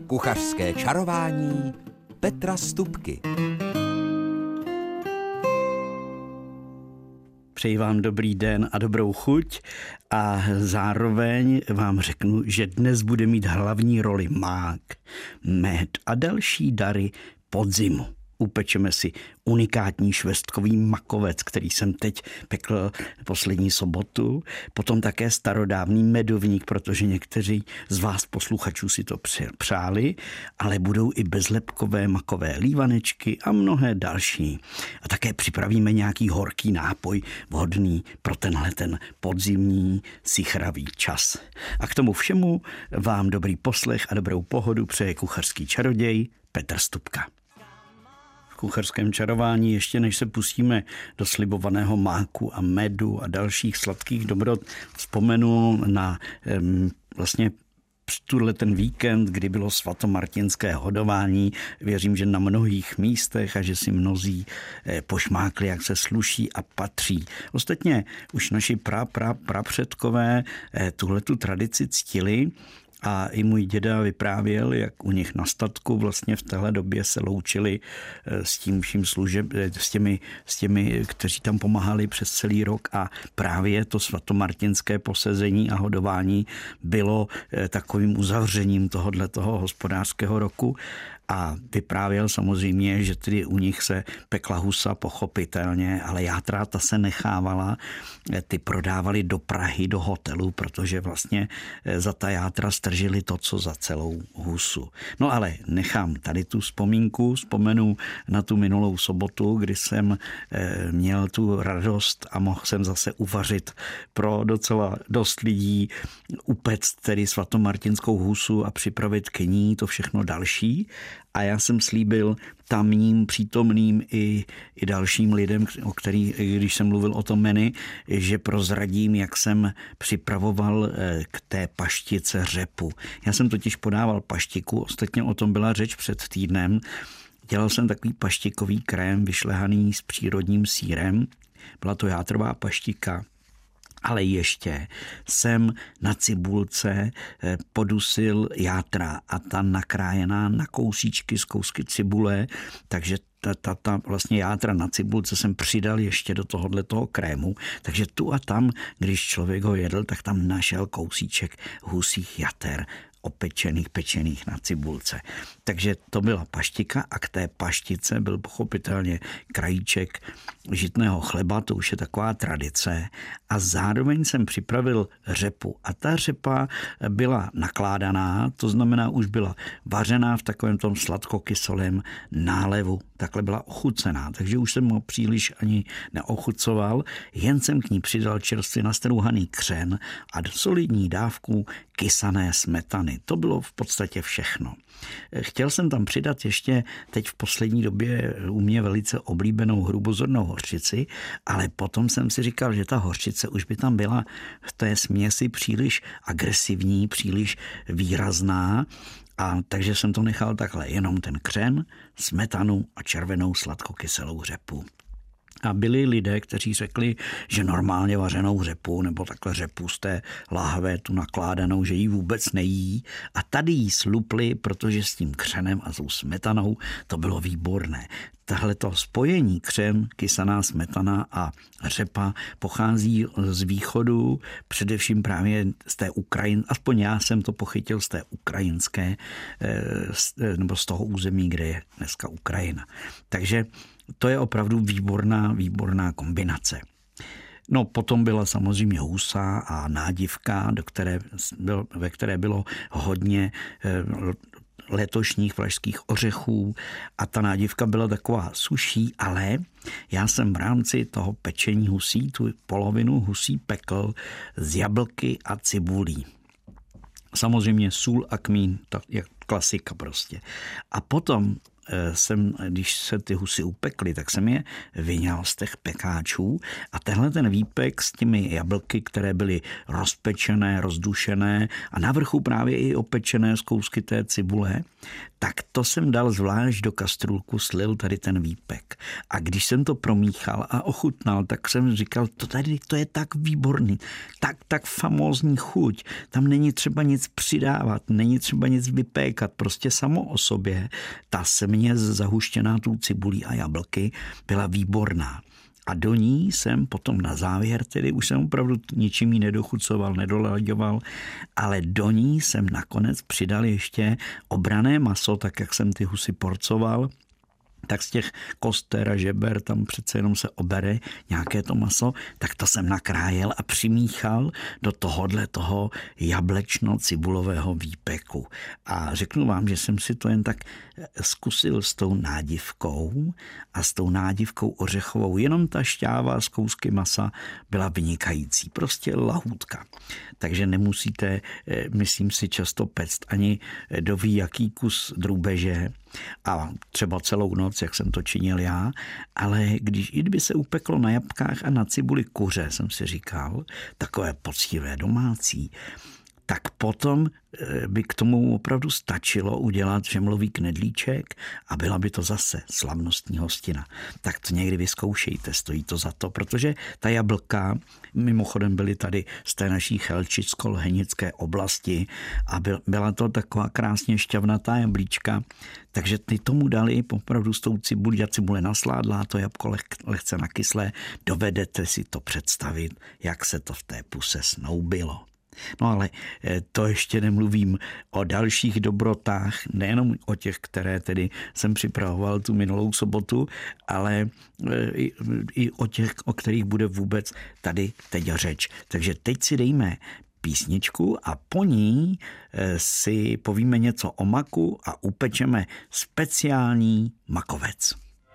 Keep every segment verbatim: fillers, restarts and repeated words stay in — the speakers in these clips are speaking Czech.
Kuchařské čarování Petra Stupky. Přeji vám dobrý den a dobrou chuť a zároveň vám řeknu, že dnes bude mít hlavní roli mák, med a další dary podzimu. Upečeme si unikátní švestkový makovec, který jsem teď pekl poslední sobotu. Potom také starodávný medovník, protože někteří z vás posluchačů si to přáli, ale budou i bezlepkové makové lívanečky a mnohé další. A také připravíme nějaký horký nápoj vhodný pro tenhle ten podzimní sichravý čas. A k tomu všemu vám dobrý poslech a dobrou pohodu přeje kuchařský čaroděj Petr Stupka. Kuchařském čarování, ještě než se pustíme do slibovaného máku a medu a dalších sladkých dobrot, vzpomenu na um, vlastně tuhle ten víkend, kdy bylo svatomartinské hodování. Věřím, že na mnohých místech a že si mnozí pošmákli, jak se sluší a patří. Ostatně už naši pra, pra, prapředkové tuhletu tradici ctili. A i můj děda vyprávěl, jak u nich na statku vlastně v téhle době se loučili s tím vším služeb, s těmi, s těmi, kteří tam pomáhali přes celý rok a právě to svatomartinské posezení a hodování bylo takovým uzavřením tohoto hospodářského roku. A vyprávěl samozřejmě, že tedy u nich se pekla husa pochopitelně, ale játra ta se nechávala, ty prodávali do Prahy, do hotelu, protože vlastně za ta játra stržili to, co za celou husu. No ale nechám tady tu vzpomínku, vzpomenu na tu minulou sobotu, kdy jsem měl tu radost a mohl jsem zase uvařit pro docela dost lidí, upect tedy svatomartinskou husu a připravit k ní to všechno další. A já jsem slíbil tamním přítomným i, i dalším lidem, o kterých, když jsem mluvil o tom menu, že prozradím, jak jsem připravoval k té paštice řepu. Já jsem totiž podával paštiku, ostatně o tom byla řeč před týdnem. Dělal jsem takový paštikový krém vyšlehaný s přírodním sýrem. Byla to játrová paštika. Ale ještě jsem na cibulce podusil játra a ta nakrájená na kousíčky z kousky cibule, takže ta, ta, ta vlastně játra na cibulce jsem přidal ještě do tohohle toho krému, takže tu a tam, když člověk ho jedl, tak tam našel kousíček husích jater opečených, pečených na cibulce. Takže to byla paštika a k té paštice byl pochopitelně krajíček žitného chleba, to už je taková tradice. A zároveň jsem připravil řepu. A ta řepa byla nakládaná, to znamená už byla vařená v takovém tom sladkokyselém nálevu. Takhle byla ochucená, takže už jsem ho příliš ani neochucoval, jen jsem k ní přidal čerstvě nastrouhaný křen a solidní dávku kysané smetany. To bylo v podstatě všechno. Chtěl jsem tam přidat ještě teď v poslední době u mě velice oblíbenou hrubozornou hořčici, ale potom jsem si říkal, že ta hořčice už by tam byla v té směsi příliš agresivní, příliš výrazná. A takže jsem to nechal takhle, jenom ten křen, smetanu a červenou sladkokyselou řepu. A byli lidé, kteří řekli, že normálně vařenou řepu nebo takhle řepu z té láhve tu nakládanou, že ji vůbec nejí. A tady jí slupli, protože s tím křenem a tou smetanou to bylo výborné. Tahleto spojení křen, kysaná smetana a řepa pochází z východu, především právě z té Ukrajiny, aspoň já jsem to pochytil z té ukrajinské, nebo z toho území, kde je dneska Ukrajina. Takže to je opravdu výborná, výborná kombinace. No potom byla samozřejmě husa a nádivka, do které byl, ve které bylo hodně letošních vlašských ořechů a ta nádivka byla taková suší, ale já jsem v rámci toho pečení husí, tu polovinu husí pekl z jablky a cibulí. Samozřejmě sůl a kmín, to je klasika prostě. A potom jsem, když se ty husy upekly, tak jsem je vyňal z těch pekáčů a tenhle ten výpek s těmi jablky, které byly rozpečené, rozdušené a na vrchu právě i opečené z kousky té cibule, tak to jsem dal zvlášť do kastrůlku, slil tady ten výpek. A když jsem to promíchal a ochutnal, tak jsem říkal, to tady to je tak výborný, tak, tak famózní chuť. Tam není třeba nic přidávat, není třeba nic vypékat, prostě samo o sobě ta semě zahuštěná tou cibulí a jablky byla výborná. A do ní jsem potom na závěr, tedy už jsem opravdu ničím jí nedochucoval, nedolaďoval, ale do ní jsem nakonec přidal ještě obrané maso, tak jak jsem ty husy porcoval, tak z těch koster a žeber tam přece jenom se obere nějaké to maso, tak to jsem nakrájel a přimíchal do tohohle toho jablečno-cibulového výpeku. A řeknu vám, že jsem si to jen tak zkusil s tou nádivkou a s tou nádivkou ořechovou. Jenom ta šťáva z kousky masa byla vynikající, prostě lahůdka. Takže nemusíte, myslím si, často péct ani doví jaký kus drůbeže a třeba celou noc, jak jsem to činil já, ale když i kdyby se upeklo na jabkách a na cibuli kuře, jsem si říkal, takové poctivé domácí, tak potom by k tomu opravdu stačilo udělat žemlový knedlíček a byla by to zase slavnostní hostina. Tak to někdy vyzkoušejte, stojí to za to, protože ta jablka mimochodem byly tady z té naší chelčicko-lhenické oblasti a byla to taková krásně šťavnatá jablíčka, takže ty tomu dali opravdu s tou cibulí a cibule nasládlá, to jabko leh, lehce nakyslé, dovedete si to představit, jak se to v té puse snoubilo. No ale to ještě nemluvím o dalších dobrotách, nejenom o těch, které tedy jsem připravoval tu minulou sobotu, ale i, i o těch, o kterých bude vůbec tady teď řeč. Takže teď si dejme písničku a po ní si povíme něco o maku a upečeme speciální makovec.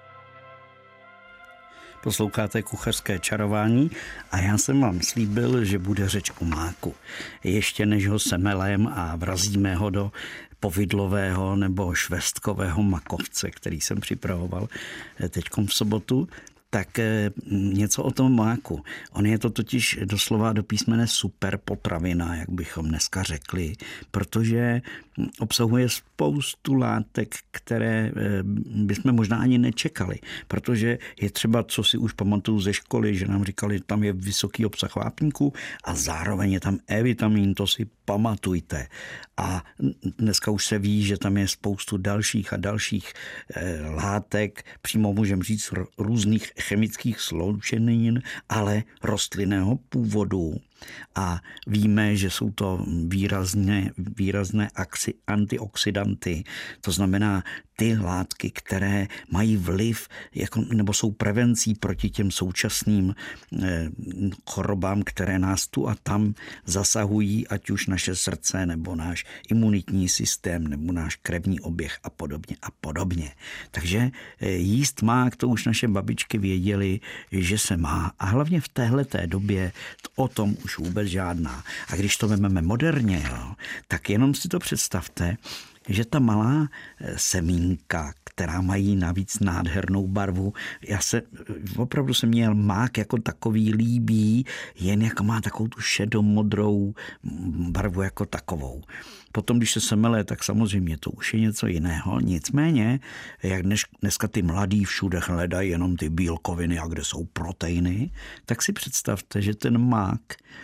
Posloucháte Kuchařské čarování a já jsem vám slíbil, že bude řeč o máku. Ještě než ho semelem a vrazíme ho do povidlového nebo švestkového makovce, který jsem připravoval teďkom v sobotu, tak něco o tom máku. On je to totiž doslova do písmene super potravina, jak bychom dneska řekli, protože obsahuje spoustu látek, které bychom možná ani nečekali, protože je třeba, co si už pamatuju ze školy, že nám říkali, tam je vysoký obsah vápníku a zároveň je tam E-vitamin, to si pamatujte. A dneska už se ví, že tam je spoustu dalších a dalších látek, přímo můžeme říct různých chemických sloučenin, ale rostlinného původu. A víme, že jsou to výrazné, výrazné antioxidanty, to znamená ty látky, které mají vliv jako, nebo jsou prevencí proti těm současným eh, chorobám, které nás tu a tam zasahují, ať už naše srdce, nebo náš imunitní systém, nebo náš krevní oběh a podobně a podobně. Takže eh, jíst mák, to už naše babičky věděly, že se má. A hlavně v téhleté době o tom už vůbec žádná. A když to vezmeme moderně, jo, tak jenom si to představte, že ta malá semínka, která mají navíc nádhernou barvu, já se opravdu se měl mák jako takový líbí, jen jako má takovou tu šedomodrou barvu jako takovou. Potom, když se semele, tak samozřejmě to už je něco jiného. Nicméně, jak dnes, dneska ty mladí všude hledají jenom ty bílkoviny a kde jsou proteiny, tak si představte, že ten mák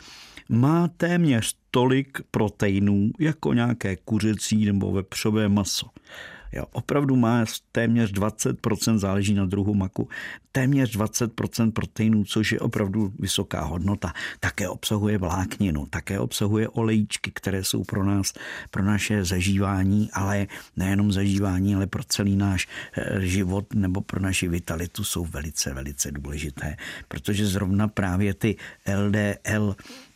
má téměř tolik proteinů jako nějaké kuřecí nebo vepřové maso. Jo, opravdu má téměř dvacet procent, záleží na druhu maku, téměř dvacet procent proteinů, což je opravdu vysoká hodnota. Také obsahuje vlákninu, také obsahuje olejčky, které jsou pro nás, pro naše zažívání, ale nejenom zažívání, ale pro celý náš život nebo pro naši vitalitu jsou velice, velice důležité, protože zrovna právě ty L D L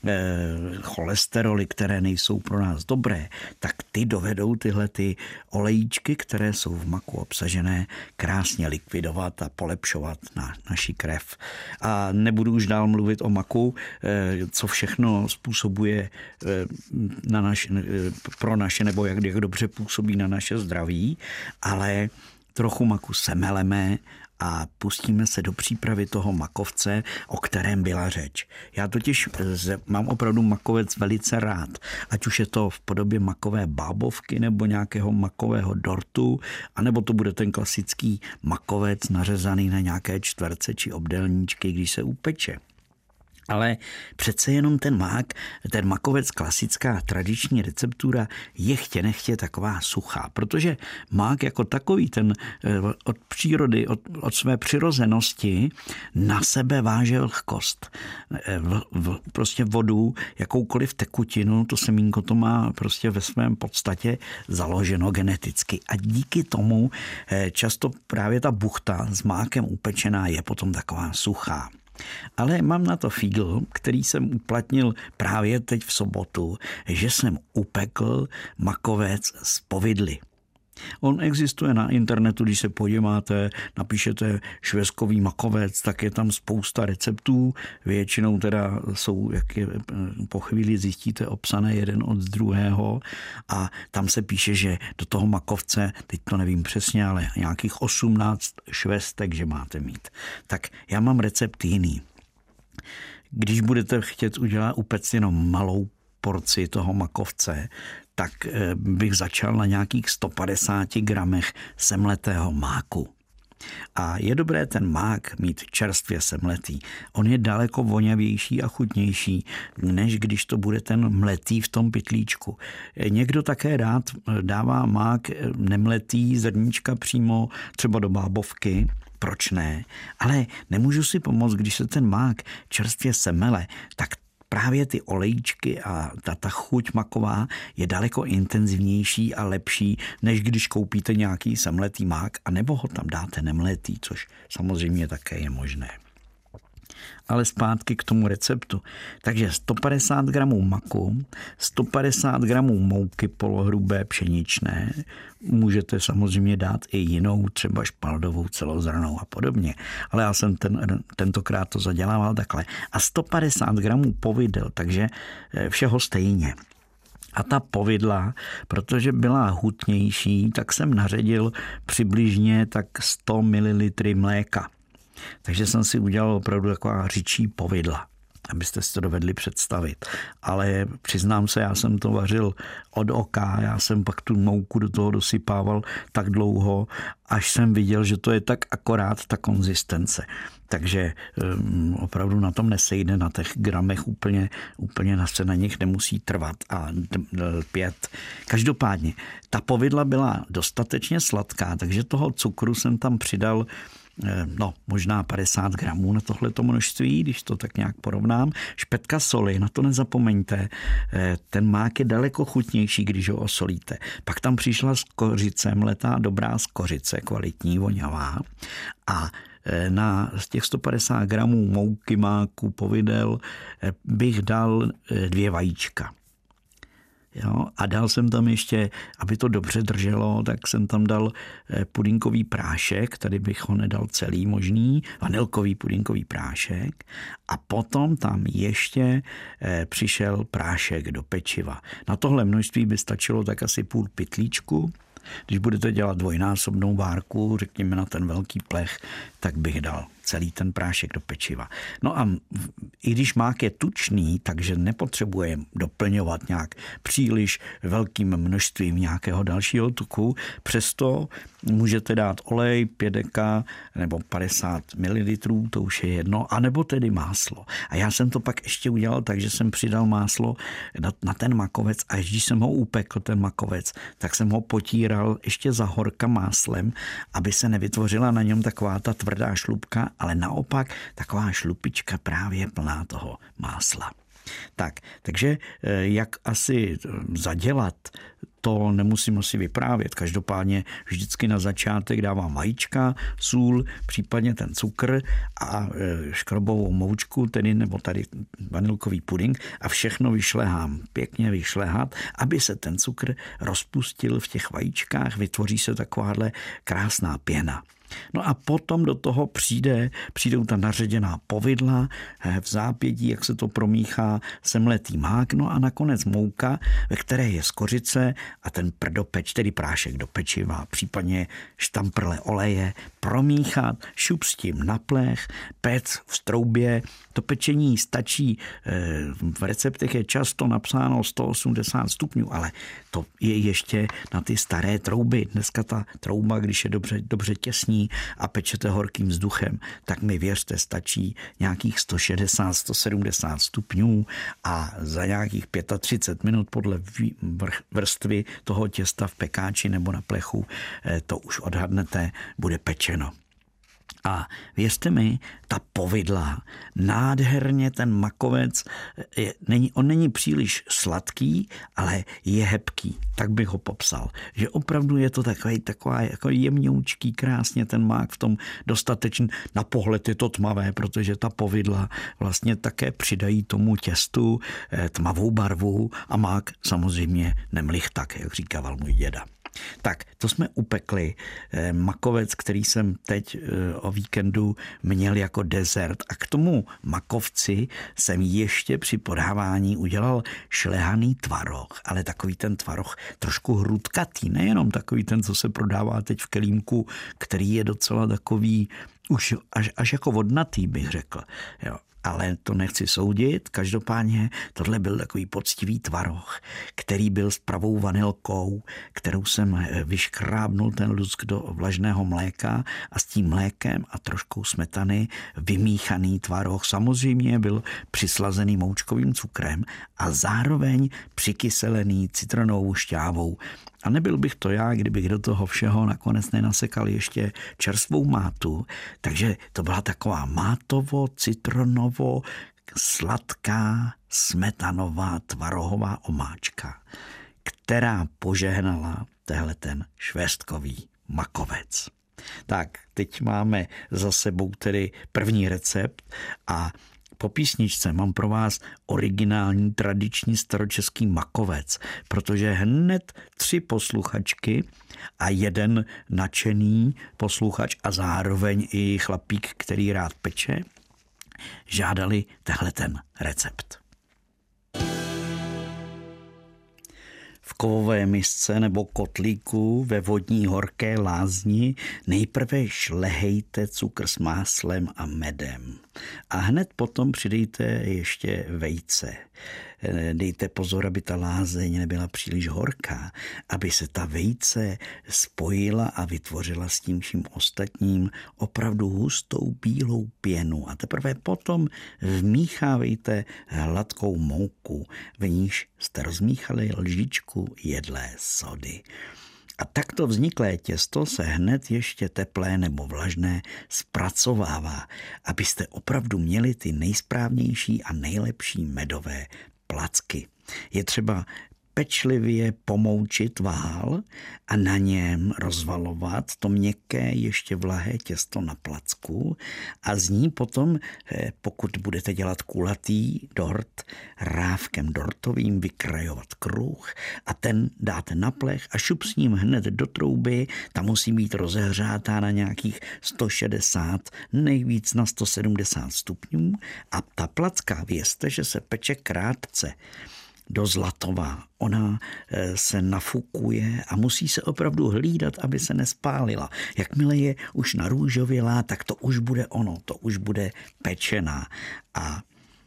cholesteroly, které nejsou pro nás dobré, tak ty dovedou tyhle ty olejčky, které jsou v maku obsažené, krásně likvidovat a polepšovat na naši krev. A nebudu už dál mluvit o maku, co všechno způsobuje na naš, pro naše, nebo jak, jak dobře působí na naše zdraví, ale trochu maku semeleme a pustíme se do přípravy toho makovce, o kterém byla řeč. Já totiž mám opravdu makovec velice rád, ať už je to v podobě makové bábovky nebo nějakého makového dortu, anebo to bude ten klasický makovec nařezaný na nějaké čtverce či obdélníčky, když se upeče. Ale přece jenom ten mák, ten makovec, klasická tradiční receptura je chtě nechtě taková suchá, protože mák jako takový, ten od přírody, od, od své přirozenosti na sebe váže vlhkost. V, v, prostě vodu, jakoukoliv tekutinu, to semínko to má prostě ve svém podstatě založeno geneticky a díky tomu často právě ta buchta s mákem upečená je potom taková suchá. Ale mám na to fígl, který jsem uplatnil právě teď v sobotu, že jsem upekl makovec z povidly. On existuje na internetu, když se podíváte, napíšete švestkový makovec, tak je tam spousta receptů, většinou teda jsou, jak je, po chvíli zjistíte, obsané jeden od druhého a tam se píše, že do toho makovce, teď to nevím přesně, ale nějakých osmnáct švestek, že máte mít. Tak já mám recept jiný. Když budete chtět udělat upec jenom malou porci toho makovce, tak bych začal na nějakých sto padesáti gramech semletého máku. A je dobré ten mák mít čerstvě semletý. On je daleko voňavější a chutnější, než když to bude ten mletý v tom pytlíčku. Někdo také rád dává mák nemletý, zrníčka přímo třeba do bábovky. Proč ne? Ale nemůžu si pomoct, když se ten mák čerstvě semele, tak právě ty olejčky a ta, ta chuť maková je daleko intenzivnější a lepší, než když koupíte nějaký semletý mák, anebo ho tam dáte nemletý, což samozřejmě také je možné. Ale zpátky k tomu receptu. Takže sto padesát gramů maku, sto padesát gramů mouky polohrubé pšeničné, můžete samozřejmě dát i jinou, třeba špaldovou, celozrnnou a podobně. Ale já jsem ten, tentokrát to zadělával takhle. A sto padesát gramů povidel, takže všeho stejně. A ta povidla, protože byla hutnější, tak jsem naředil přibližně tak sto mililitrů mléka. Takže jsem si udělal opravdu taková řičí povidla, abyste si to dovedli představit. Ale přiznám se, já jsem to vařil od oka, já jsem pak tu mouku do toho dosypával tak dlouho, až jsem viděl, že to je tak akorát ta konzistence. Takže um, opravdu na tom nesejde, na těch gramech úplně, úplně se na nich nemusí trvat a lpět. Každopádně, ta povidla byla dostatečně sladká, takže toho cukru jsem tam přidal no, možná padesát gramů na tohleto množství, když to tak nějak porovnám. Špetka soli, na to nezapomeňte. Ten mák je daleko chutnější, když ho osolíte. Pak tam přišla skořice, mletá dobrá skořice, kvalitní, voňavá. A na těch sto padesát gramů mouky, máku, povidel bych dal dvě vajíčka. Jo, a dal jsem tam ještě, aby to dobře drželo, tak jsem tam dal pudinkový prášek, tady bych ho nedal celý možný, vanilkový pudinkový prášek a potom tam ještě přišel prášek do pečiva. Na tohle množství by stačilo tak asi půl pytlíčku. Když budete dělat dvojnásobnou várku, řekněme na ten velký plech, tak bych dal celý ten prášek do pečiva. No a i když mák je tučný, takže nepotřebuje doplňovat nějak příliš velkým množstvím nějakého dalšího tuku, přesto můžete dát olej pět deka nebo padesát mililitrů, to už je jedno, anebo tedy máslo. A já jsem to pak ještě udělal tak, že jsem přidal máslo na, na ten makovec a když jsem ho upekl, ten makovec, tak jsem ho potíral ještě za horka máslem, aby se nevytvořila na něm taková ta tvrdá šlupka, ale naopak taková šlupička právě plná toho másla. Tak, takže jak asi zadělat, to nemusím asi vyprávět. Každopádně vždycky na začátek dávám vajíčka, sůl, případně ten cukr a škrobovou moučku, tedy nebo tady vanilkový puding a všechno vyšlehám, pěkně vyšlehat, aby se ten cukr rozpustil v těch vajíčkách, vytvoří se takováhle krásná pěna. No a potom do toho přijde, přijdou ta naředěná povidla, v zápětí, jak se to promíchá, semletý mák, no a nakonec mouka, ve které je skořice a ten prdopeč, tedy prášek do pečiva, případně štamprle oleje, promíchat, šup s tím na plech, pec v troubě. To pečení stačí, v receptech je často napsáno sto osmdesát stupňů, ale to je ještě na ty staré trouby. Dneska ta trouba, když je dobře, dobře těsní a pečete horkým vzduchem, tak mi věřte, stačí nějakých sto šedesát, sto sedmdesát stupňů a za nějakých třicet pět minut podle vrstvy toho těsta v pekáči nebo na plechu, to už odhadnete, bude pečeno. A věřte mi, ta povidla, nádherně ten makovec, je, není, on není příliš sladký, ale je hebký, tak bych ho popsal. Že opravdu je to takový, taková jako jemňoučký, krásně ten mák v tom dostatečný. Na pohled je to tmavé, protože ta povidla vlastně také přidají tomu těstu tmavou barvu a mák samozřejmě nemlich tak, jak říkával můj děda. Tak, to jsme upekli. Makovec, který jsem teď o víkendu měl jako dezert. A k tomu makovci jsem ještě při podávání udělal šlehaný tvaroh, ale takový ten tvaroh trošku hrudkatý, nejenom takový ten, co se prodává teď v kelímku, který je docela takový už až, až jako vodnatý, bych řekl. Jo. Ale to nechci soudit, každopádně tohle byl takový poctivý tvaroh, který byl s pravou vanilkou, kterou jsem vyškrábnul ten lusk do vlažného mléka a s tím mlékem a troškou smetany vymíchaný tvaroh samozřejmě byl přislazený moučkovým cukrem a zároveň přikyselený citronovou šťávou. A nebyl bych to já, kdybych do toho všeho nakonec nenasekal ještě čerstvou mátu. Takže to byla taková mátovo, citronovo, sladká, smetanová, tvarohová omáčka, která požehnala tehle ten švestkový makovec. Tak, teď máme za sebou tedy první recept a po písničce mám pro vás originální tradiční staročeský makovec, protože hned tři posluchačky a jeden nadšený posluchač a zároveň i chlapík, který rád peče, žádali tehle ten recept. V kovové misce nebo kotlíku ve vodní horké lázni nejprve šlehejte cukr s máslem a medem. A hned potom přidejte ještě vejce. Dejte pozor, aby ta lázeň nebyla příliš horká, aby se ta vejce spojila a vytvořila s tím vším ostatním opravdu hustou bílou pěnu. A teprve potom vmíchávejte hladkou mouku, v níž jste rozmíchali lžičku jedlé sody. A takto vzniklé těsto se hned ještě teplé nebo vlažné zpracovává, abyste opravdu měli ty nejsprávnější a nejlepší medové placky. Je třeba pečlivě pomoučit vál a na něm rozvalovat to měkké, ještě vlahé těsto na placku a z ní potom, pokud budete dělat kulatý dort, rávkem dortovým vykrajovat kruh a ten dáte na plech a šup s ním hned do trouby, ta musí být rozehřátá na nějakých sto šedesát, nejvíc na sto sedmdesát stupňů a ta placka, vězte, že se peče krátce do zlatová. Ona se nafukuje a musí se opravdu hlídat, aby se nespálila. Jakmile je už narůžovělá, tak to už bude ono, to už bude pečená. A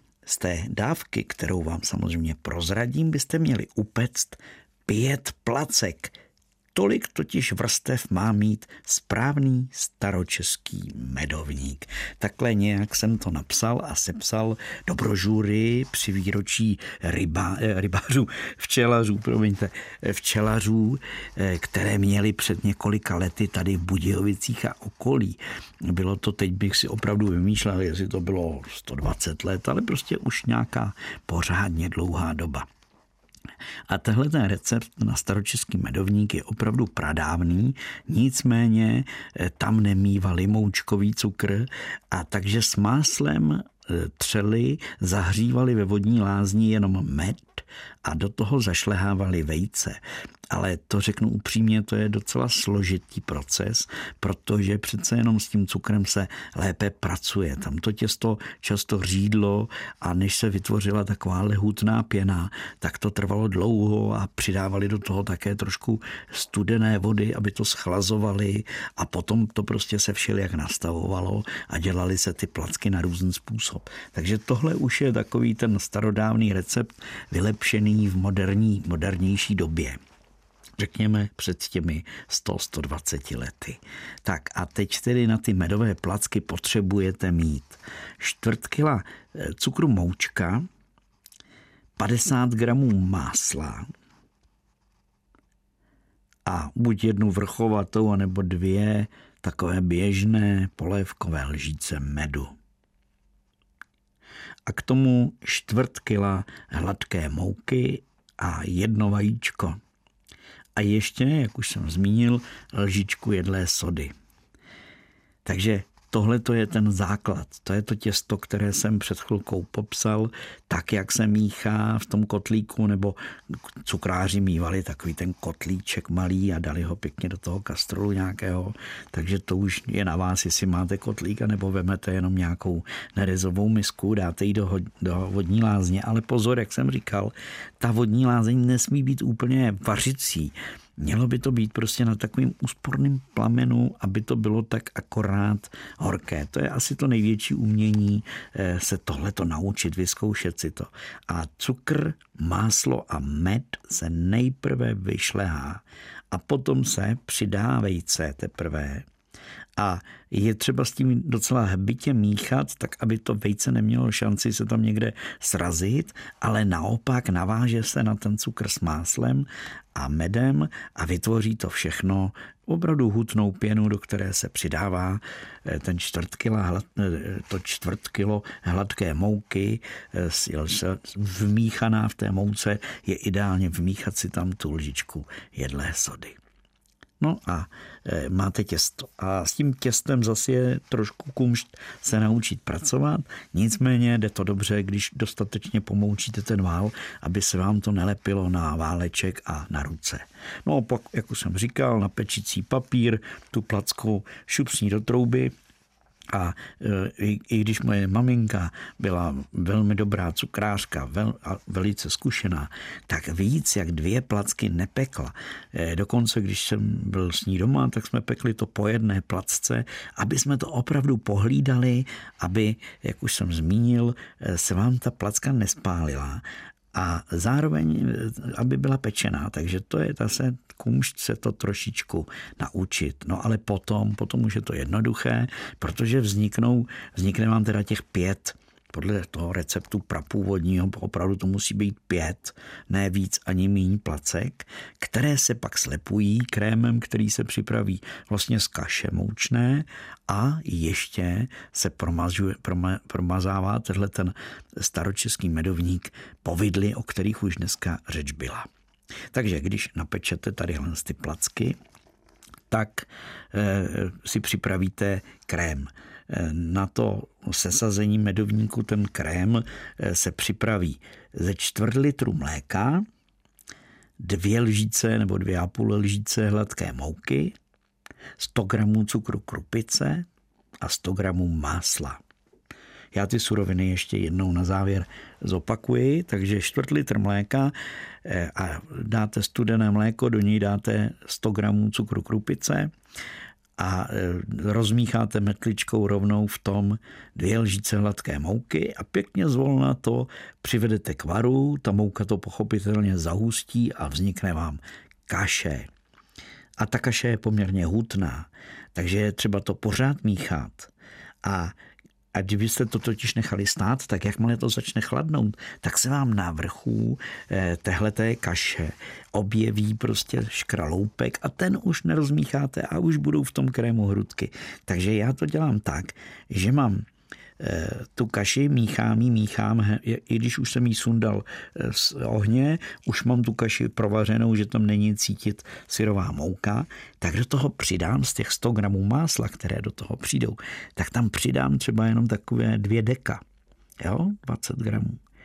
z té dávky, kterou vám samozřejmě prozradím, byste měli upéct pět placek. Tolik totiž vrstev má mít správný staročeský medovník. Takhle nějak jsem to napsal a sepsal do brožury při výročí ryba, rybářů, včelařů, promiňte, včelařů, které měli před několika lety tady v Budějovicích a okolí. Bylo to, teď bych si opravdu vymýšlel, jestli to bylo sto dvacet let, ale prostě už nějaká pořádně dlouhá doba. A tehle ten recept na staročeský medovník je opravdu pradávný, nicméně tam nemívali moučkový cukr a takže s máslem třeli, zahřívali ve vodní lázni jenom med a do toho zašlehávali vejce. ale to řeknu upřímně, to je docela složitý proces, protože přece jenom s tím cukrem se lépe pracuje. Tam to těsto často řídlo a než se vytvořila taková lehutná pěna, tak to trvalo dlouho a přidávali do toho také trošku studené vody, aby to schlazovali a potom to prostě se všelijak nastavovalo a dělali se ty placky na různý způsob. Takže tohle už je takový ten starodávný recept vylepšený v moderní, modernější době. Řekněme před těmi sto až sto dvacet lety. Tak a teď tedy na ty medové placky potřebujete mít čtvrt kila cukru moučka, padesát gramů másla a buď jednu vrchovatou, anebo dvě takové běžné polévkové lžíce medu. A k tomu čtvrt kila hladké mouky a jedno vajíčko. A ještě, jak už jsem zmínil, lžičku jedlé sody. Takže tohle to je ten základ. To je to těsto, které jsem před chvilkou popsal, tak, jak se míchá v tom kotlíku, nebo cukráři mívali takový ten kotlíček malý a dali ho pěkně do toho kastrolu nějakého. Takže to už je na vás, jestli máte kotlíka, nebo vemete jenom nějakou nerezovou misku, dáte ji do, do vodní lázně. Ale pozor, jak jsem říkal, ta vodní lázeň nesmí být úplně vařicí. Mělo by to být prostě na takovým úsporným plamenu, aby to bylo tak akorát horké. To je asi to největší umění se tohleto naučit, vyzkoušet si to. A cukr, máslo a med se nejprve vyšlehá a potom se přidá vejce teprve. A je třeba s tím docela hbitě míchat, tak aby to vejce nemělo šanci se tam někde srazit, ale naopak naváže se na ten cukr s máslem a medem a vytvoří to všechno opravdu hutnou pěnu, do které se přidává ten čtvrt kila, to čtvrt kilo hladké mouky, vmíchaná v té mouce, je ideálně vmíchat si tam tu lžičku jedlé sody. No a e, máte těsto. A s tím těstem zase je trošku kumšt se naučit pracovat. Nicméně jde to dobře, když dostatečně pomoučíte ten vál, aby se vám to nelepilo na váleček a na ruce. No a pak, jak už jsem říkal, na pečící papír, tu placku šup s ní do trouby. A i, i když moje maminka byla velmi dobrá cukrářka, vel, a velice zkušená, tak víc jak dvě placky nepekla. Dokonce, když jsem byl s ní doma, tak jsme pekli to po jedné placce, aby jsme to opravdu pohlídali, aby, jak už jsem zmínil, se vám ta placka nespálila. A zároveň, aby byla pečená, takže to je zase kumšt se to trošičku naučit. No ale potom, potom už je to jednoduché, protože vzniknou, vznikne vám teda těch pět, podle toho receptu prapůvodního, opravdu to musí být pět, ne víc ani míň placek, které se pak slepují krémem, který se připraví vlastně z kaše moučné a ještě se promazuje, proma, promazává tenhle ten staročeský medovník povidly, o kterých už dneska řeč byla. Takže když napečete tadyhle ty placky, tak e, si připravíte krém. Na to sesazení medovníku ten krém se připraví ze čtvrt litru mléka, dvě lžíce nebo dvě a půl lžíce hladké mouky, sto gramů cukru krupice a sto gramů másla. Já ty suroviny ještě jednou na závěr zopakuji, takže čtvrt litr mléka a dáte studené mléko, do něj dáte sto gramů cukru krupice a rozmícháte metličkou rovnou v tom dvě lžíce hladké mouky a pěkně zvolna to přivedete k varu, ta mouka to pochopitelně zahustí a vznikne vám kaše. A ta kaše je poměrně hutná, takže je třeba to pořád míchat. A A kdybyste to totiž nechali stát, tak jakmile to začne chladnout, tak se vám na vrchu téhleté kaše objeví prostě škraloupek a ten už nerozmícháte a už budou v tom krému hrudky. Takže já to dělám tak, že mám tu kaši, míchám ji, míchám, i když už jsem ji sundal z ohně, už mám tu kaši provařenou, že tam není cítit syrová mouka, tak do toho přidám z těch sto gramů másla, které do toho přijdou, tak tam přidám třeba jenom takové dvě deka, jo, dvacet gramů.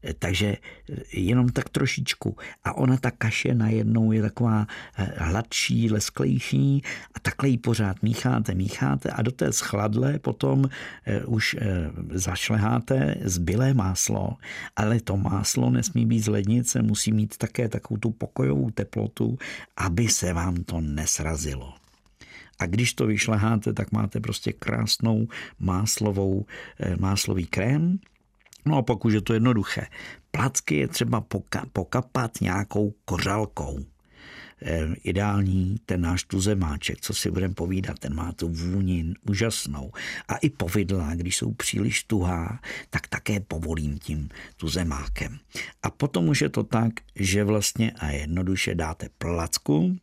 Takže jenom tak trošičku. A ona, ta kaše najednou je taková hladší, lesklejší a takhle ji pořád mícháte, mícháte a do té schladlé potom už zašleháte zbylé máslo, ale to máslo nesmí být z lednice, musí mít také takovou tu pokojovou teplotu, aby se vám to nesrazilo. A když to vyšleháte, tak máte prostě krásnou máslovou, máslový krém. No a pak už je to jednoduché. Placky je třeba poka- pokapat nějakou kořalkou. E, ideální ten náš tuzemáček, co si budeme povídat, ten má tu vůni úžasnou. A i povidla, když jsou příliš tuhá, tak také povolím tím tuzemákem. A potom už je to tak, že vlastně a jednoduše dáte placku,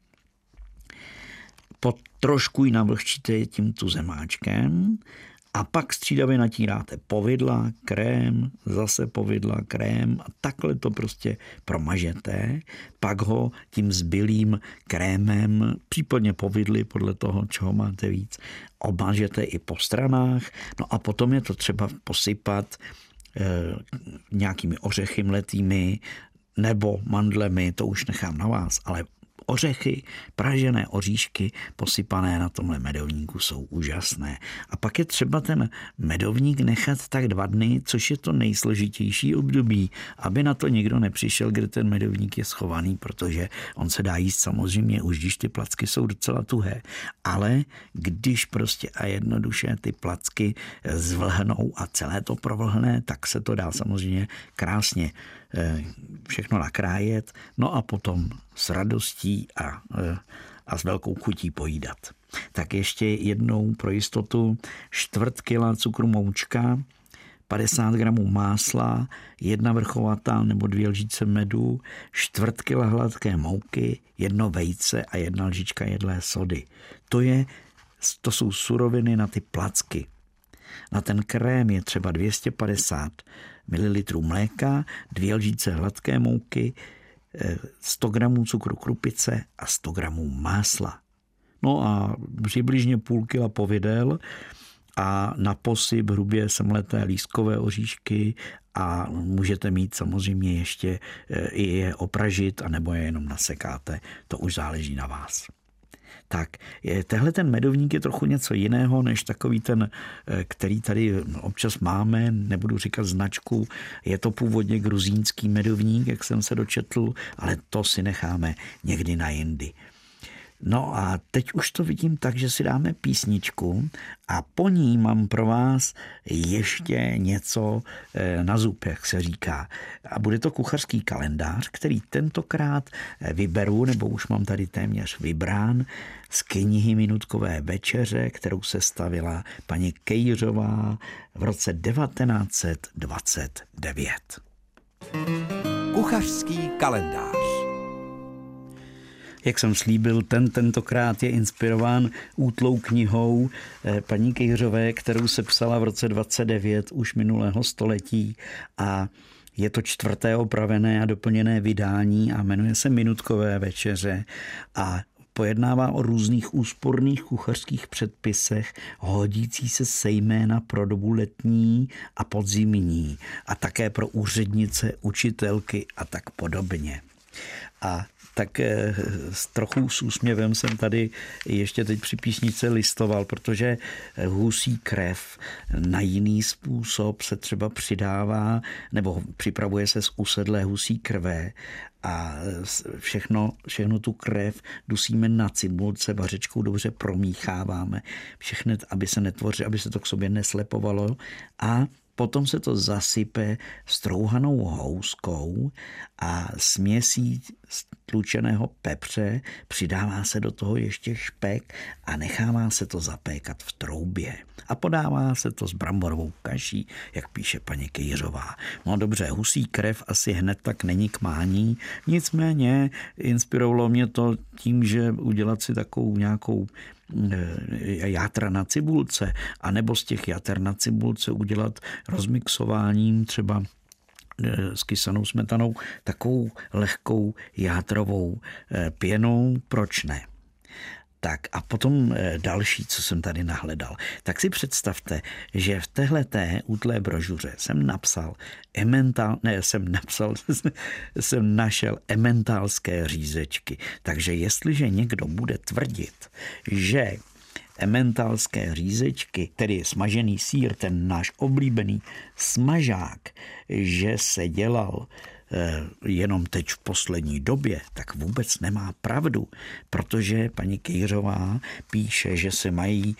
pod trošku ji navlhčíte tím tuzemáčkem a pak střídavě natíráte povidla, krém, zase povidla, krém a takhle to prostě promažete. Pak ho tím zbylým krémem, případně povidly podle toho, čeho máte víc, obmažete i po stranách. No a potom je to třeba posypat e, nějakými ořechy mletými nebo mandlemi, to už nechám na vás, ale ořechy, pražené oříšky posypané na tomhle medovníku jsou úžasné. A pak je třeba ten medovník nechat tak dva dny, což je to nejsložitější období, aby na to někdo nepřišel, kde ten medovník je schovaný, protože on se dá jíst samozřejmě už, když ty placky jsou docela tuhé. Ale když prostě a jednoduše ty placky zvlhnou a celé to provlhne, tak se to dá samozřejmě krásně všechno nakrájet, no a potom s radostí a, a s velkou chutí pojídat. Tak ještě jednou pro jistotu: čtvrt kila cukru moučka, padesát gramů másla, jedna vrchovatá nebo dvě lžíce medu, čtvrt kila hladké mouky, jedno vejce a jedna lžička jedlé sody. To, je, to jsou suroviny na ty placky. Na ten krém je třeba dvě stě padesát mililitrů mléka, dvě lžíce hladké mouky, sto gramů cukru krupice a sto gramů másla. No a přibližně půl kila povidel a na posyp hrubě semleté lístkové oříšky a můžete mít samozřejmě ještě i je opražit, anebo je jenom nasekáte. To už záleží na vás. Tak, tehle ten medovník je trochu něco jiného, než takový ten, který tady občas máme, nebudu říkat značku, je to původně gruzínský medovník, jak jsem se dočetl, ale to si necháme někdy na jindy. No a teď už to vidím tak, že si dáme písničku a po ní mám pro vás ještě něco na zub, jak se říká. A bude to kuchařský kalendář, který tentokrát vyberu, nebo už mám tady téměř vybrán, z knihy Minutkové večeře, kterou sestavila paní Kejřová v roce devatenáct set dvacet devět. Kuchařský kalendář. Jak jsem slíbil, ten tentokrát je inspirován útlou knihou paní Kejřové, kterou se psala v roce dvacet devět už minulého století a je to čtvrté opravené a doplněné vydání a jmenuje se Minutkové večeře a pojednává o různých úsporných kuchařských předpisech hodící se zejména pro dobu letní a podzimní a také pro úřednice, učitelky a tak podobně. A tak s trochu s úsměvem jsem tady ještě teď při písnice listoval, protože husí krev na jiný způsob se třeba přidává nebo připravuje se z usedlé husí krve a všechno, všechno tu krev dusíme na cibulce, vařečkou dobře promícháváme, všechno, aby se netvořilo, aby se to k sobě neslepovalo a potom se to zasype strouhanou houskou a směsí tlučeného pepře, přidává se do toho ještě špek a nechává se to zapékat v troubě. A podává se to s bramborovou kaší, jak píše paní Kejřová. No dobře, husí krev asi hned tak není k mání, nicméně inspirovalo mě to tím, že udělat si takovou nějakou játra na cibulce, anebo z těch játer na cibulce udělat rozmixováním třeba s kysanou smetanou takovou lehkou játrovou pěnou, proč ne? Tak a potom další, co jsem tady nahledal. Tak si představte, že v téhleté útlé brožuře jsem napsal emental, ne, jsem napsal, jsem našel ementálské řízečky. Takže jestliže někdo bude tvrdit, že ementálské řízečky, tedy smažený sýr, ten náš oblíbený smažák, že se dělal jenom teď v poslední době, tak vůbec nemá pravdu, protože paní Kejřová píše, že se mají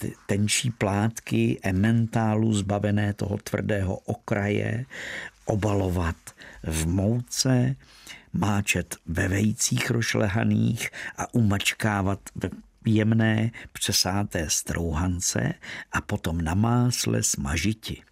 tenčí plátky ementálu zbavené toho tvrdého okraje obalovat v mouce, máčet ve vejcích rošlehaných a umačkávat ve jemné přesáté strouhance a potom na másle smažiti.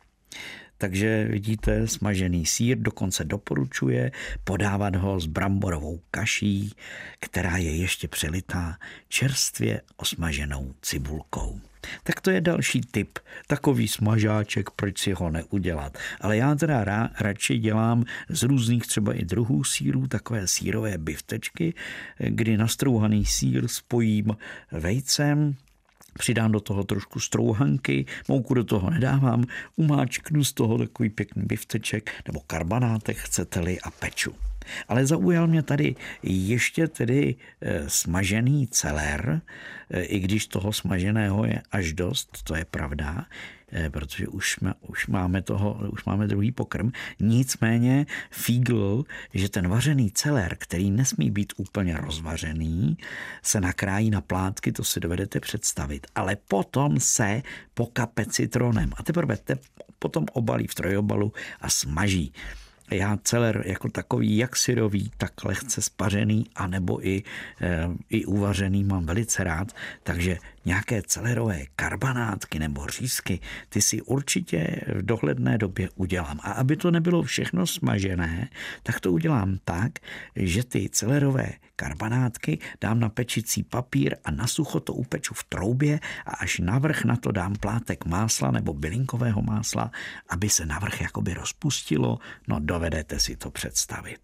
Takže vidíte, smažený sýr dokonce doporučuje podávat ho s bramborovou kaší, která je ještě přelitá čerstvě osmaženou cibulkou. Tak to je další tip, takový smažáček, proč si ho neudělat. Ale já teda rá, radši dělám z různých třeba i druhů sýrů takové sýrové biftečky, kdy nastrouhaný sýr spojím vejcem, přidám do toho trošku strouhanky, mouku do toho nedávám, umáčknu z toho takový pěkný bifteček nebo karbanátek, chcete-li, a peču. Ale zaujal mě tady ještě tedy e, smažený celer, e, i když toho smaženého je až dost, to je pravda, e, protože už, má, už, máme toho, už máme druhý pokrm. Nicméně fígl, že ten vařený celer, který nesmí být úplně rozvařený, se nakrájí na plátky, to si dovedete představit, ale potom se pokape citronem a teprve te, potom obalí v trojobalu a smaží. Já celer jako takový, jak syrový, tak lehce spařený, anebo i, e, i uvařený mám velice rád, takže nějaké celerové karbanátky nebo řízky, ty si určitě v dohledné době udělám. A aby to nebylo všechno smažené, tak to udělám tak, že ty celerové karbanátky dám na pečicí papír a na sucho to upeču v troubě a až navrch na to dám plátek másla nebo bylinkového másla, aby se navrch jakoby rozpustilo. No, dovedete si to představit.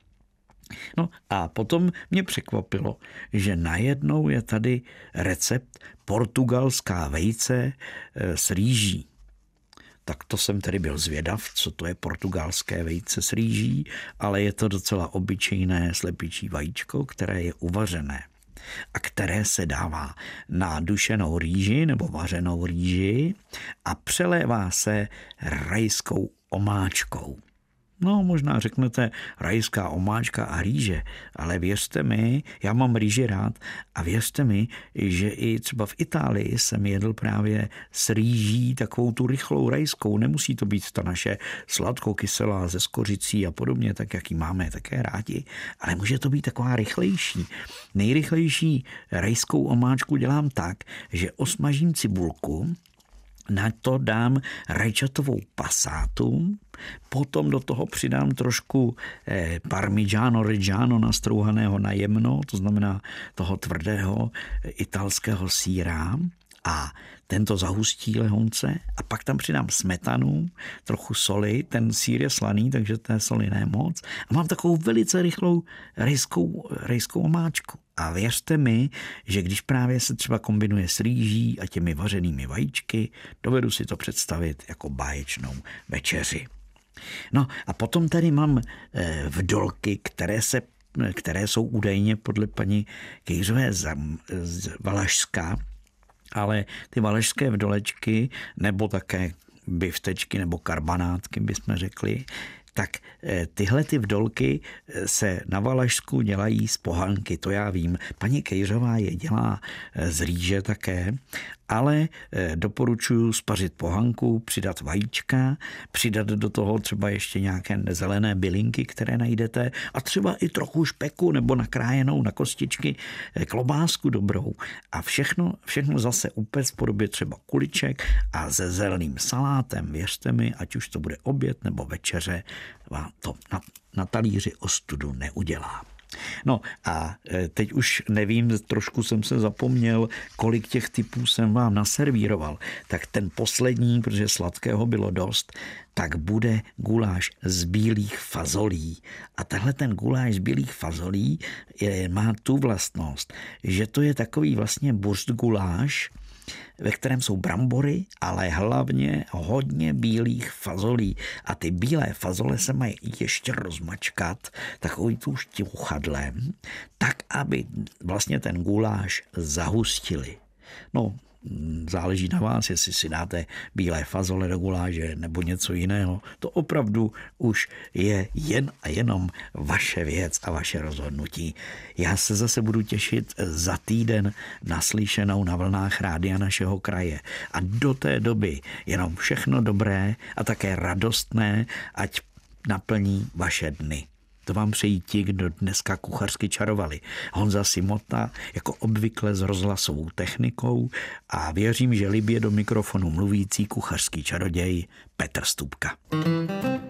No a potom mě překvapilo, že najednou je tady recept portugalská vejce s rýží. Tak to jsem tedy byl zvědav, co to je portugalské vejce s rýží, ale je to docela obyčejné slepičí vajíčko, které je uvařené a které se dává na dušenou rýži nebo vařenou rýži a přelévá se rajskou omáčkou. No, možná řeknete rajská omáčka a rýže, ale věřte mi, já mám rýži rád a věřte mi, že i třeba v Itálii jsem jedl právě s rýží takovou tu rychlou rajskou. Nemusí to být ta naše sladko-kyselá ze skořicí a podobně, tak jak ji máme také rádi, ale může to být taková rychlejší. Nejrychlejší rajskou omáčku dělám tak, že osmažím cibulku, na to dám rajčatovou pasátu, potom do toho přidám trošku eh, parmigiano reggiano nastrouhaného na jemno, to znamená toho tvrdého eh, italského sýra, a tento zahustí lehonce a pak tam přidám smetanu, trochu soli, ten sýr je slaný, takže té soli ne moc a mám takovou velice rychlou rejskou, rejskou omáčku. A věřte mi, že když právě se třeba kombinuje s rýží a těmi vařenými vajíčky, dovedu si to představit jako báječnou večeři. No a potom tady mám eh, vdolky, které se které jsou údajně podle paní Kejřové z, z Valašska, ale ty valašské vdolečky nebo také biftečky nebo karbanátky bychom řekli, tak tyhle ty vdolky se na Valašsku dělají z pohanky, to já vím. Paní Kejřová je dělá z rýže také, ale doporučuji spařit pohanku, přidat vajíčka, přidat do toho třeba ještě nějaké zelené bylinky, které najdete a třeba i trochu špeku nebo nakrájenou na kostičky klobásku dobrou. A všechno, všechno zase upec v podobě třeba kuliček a se zeleným salátem. Věřte mi, ať už to bude oběd nebo večeře, vám to na, na talíři ostudu neudělá. No a teď už nevím, trošku jsem se zapomněl, kolik těch typů jsem vám naservíroval. Tak ten poslední, protože sladkého bylo dost, tak bude guláš z bílých fazolí. A tahle ten guláš z bílých fazolí je, má tu vlastnost, že to je takový vlastně burst guláš, ve kterém jsou brambory, ale hlavně hodně bílých fazolí. A ty bílé fazole se mají ještě rozmačkat takovým tím šťouchadlem, tak, aby vlastně ten guláš zahustili. No, záleží na vás, jestli si dáte bílé fazole do guláže nebo něco jiného. To opravdu už je jen a jenom vaše věc a vaše rozhodnutí. Já se zase budu těšit za týden naslyšenou na vlnách Rádia Našeho kraje. A do té doby jenom všechno dobré a také radostné, ať naplní vaše dny. To vám přejí ti, kdo dneska kuchařsky čarovali. Honza Simota, jako obvykle s rozhlasovou technikou, a věřím, že libě do mikrofonu mluvící kuchařský čaroděj Petr Stupka.